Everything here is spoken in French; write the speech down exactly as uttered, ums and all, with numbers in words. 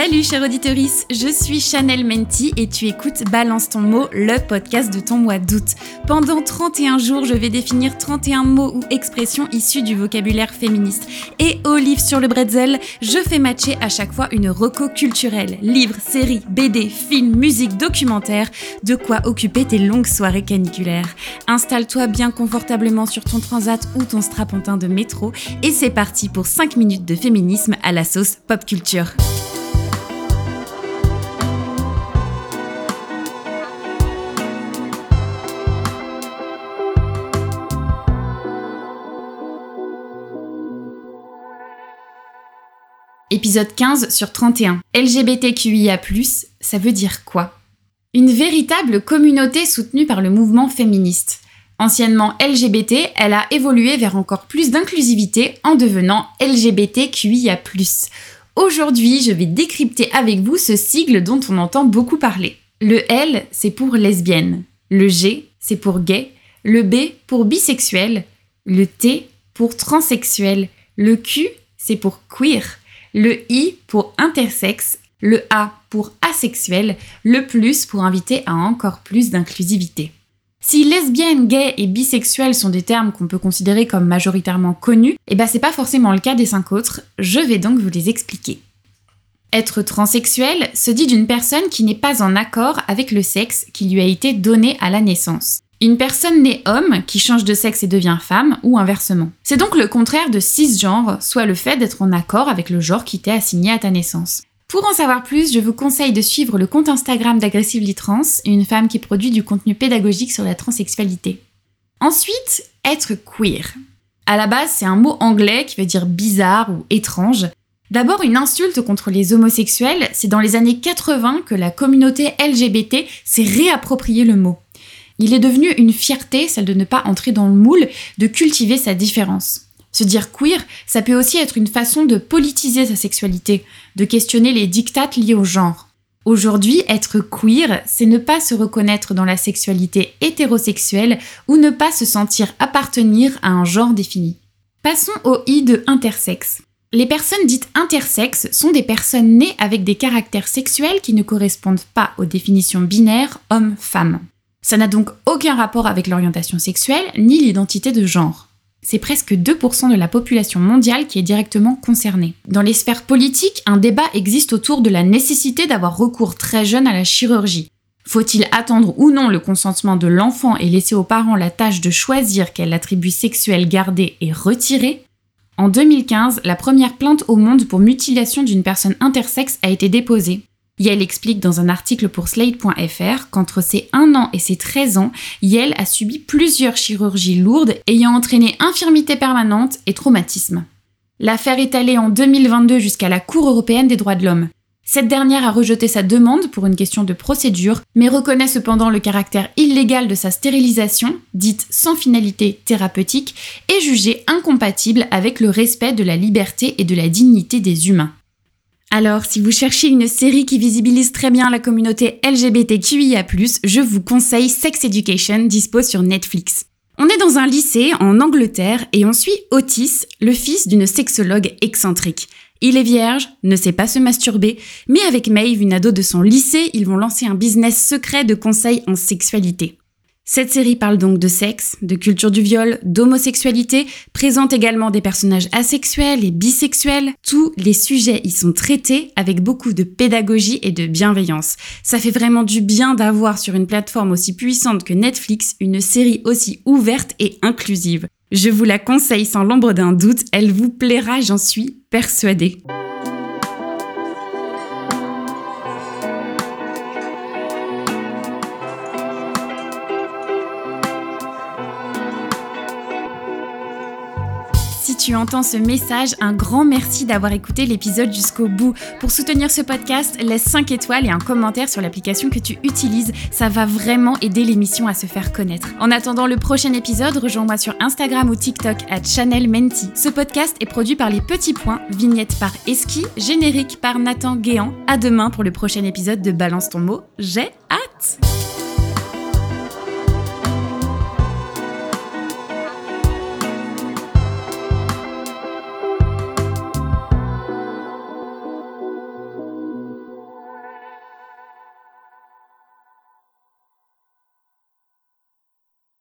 Salut chère auditorice, je suis Chanel Menti et tu écoutes Balance ton mot, le podcast de ton mois d'août. Pendant trente et un jours, je vais définir trente et un mots ou expressions issus du vocabulaire féministe. Et au livre sur le bretzel, je fais matcher à chaque fois une reco culturelle. Livres, séries, B D, films, musique, documentaires, de quoi occuper tes longues soirées caniculaires. Installe-toi bien confortablement sur ton transat ou ton strapontin de métro et c'est parti pour cinq minutes de féminisme à la sauce pop culture. Épisode quinze sur trente et un. L G B T Q I A plus, ça veut dire quoi ? Une véritable communauté soutenue par le mouvement féministe. Anciennement L G B T, elle a évolué vers encore plus d'inclusivité en devenant L G B T Q I A plus. Aujourd'hui, je vais décrypter avec vous ce sigle dont on entend beaucoup parler. Le L, c'est pour lesbienne. Le G, c'est pour gay. Le B, pour bisexuel. Le T, pour transsexuel. Le Q, c'est pour queer. Le I pour intersexe, le A pour asexuel, le plus pour inviter à encore plus d'inclusivité. Si lesbienne, gay et bisexuel sont des termes qu'on peut considérer comme majoritairement connus, et ben c'est pas forcément le cas des cinq autres, je vais donc vous les expliquer. Être transsexuel se dit d'une personne qui n'est pas en accord avec le sexe qui lui a été donné à la naissance. Une personne née homme qui change de sexe et devient femme, ou inversement. C'est donc le contraire de cisgenre, soit le fait d'être en accord avec le genre qui t'est assigné à ta naissance. Pour en savoir plus, je vous conseille de suivre le compte Instagram d'Aggressively Trans, une femme qui produit du contenu pédagogique sur la transsexualité. Ensuite, être queer. À la base, c'est un mot anglais qui veut dire bizarre ou étrange. D'abord, une insulte contre les homosexuels, c'est dans les années quatre-vingts que la communauté L G B T s'est réapproprié le mot. Il est devenu une fierté, celle de ne pas entrer dans le moule, de cultiver sa différence. Se dire queer, ça peut aussi être une façon de politiser sa sexualité, de questionner les dictates liés au genre. Aujourd'hui, être queer, c'est ne pas se reconnaître dans la sexualité hétérosexuelle ou ne pas se sentir appartenir à un genre défini. Passons au I de intersexe. Les personnes dites intersexes sont des personnes nées avec des caractères sexuels qui ne correspondent pas aux définitions binaires homme-femme. Ça n'a donc aucun rapport avec l'orientation sexuelle ni l'identité de genre. C'est presque deux pour cent de la population mondiale qui est directement concernée. Dans les sphères politiques, un débat existe autour de la nécessité d'avoir recours très jeune à la chirurgie. Faut-il attendre ou non le consentement de l'enfant et laisser aux parents la tâche de choisir quel attribut sexuel garder et retirer ? En deux mille quinze, la première plainte au monde pour mutilation d'une personne intersexe a été déposée. Yael explique dans un article pour Slate point F R qu'entre ses un an et ses treize ans, Yael a subi plusieurs chirurgies lourdes ayant entraîné infirmité permanente et traumatisme. L'affaire est allée en deux mille vingt-deux jusqu'à la Cour européenne des droits de l'homme. Cette dernière a rejeté sa demande pour une question de procédure, mais reconnaît cependant le caractère illégal de sa stérilisation, dite sans finalité thérapeutique, et jugée incompatible avec le respect de la liberté et de la dignité des humains. Alors, si vous cherchez une série qui visibilise très bien la communauté L G B T Q I A plus, je vous conseille Sex Education, dispo sur Netflix. On est dans un lycée en Angleterre et on suit Otis, le fils d'une sexologue excentrique. Il est vierge, ne sait pas se masturber, mais avec Maeve, une ado de son lycée, ils vont lancer un business secret de conseils en sexualité. Cette série parle donc de sexe, de culture du viol, d'homosexualité, présente également des personnages asexuels et bisexuels. Tous les sujets y sont traités avec beaucoup de pédagogie et de bienveillance. Ça fait vraiment du bien d'avoir sur une plateforme aussi puissante que Netflix une série aussi ouverte et inclusive. Je vous la conseille sans l'ombre d'un doute, elle vous plaira, j'en suis persuadée. Si tu entends ce message, un grand merci d'avoir écouté l'épisode jusqu'au bout. Pour soutenir ce podcast, laisse cinq étoiles et un commentaire sur l'application que tu utilises. Ça va vraiment aider l'émission à se faire connaître. En attendant le prochain épisode, rejoins-moi sur Instagram ou TikTok à Chanel Menti. Ce podcast est produit par Les Petits Points, vignette par Eski, générique par Nathan Guéant. À demain pour le prochain épisode de Balance ton mot. J'ai hâte!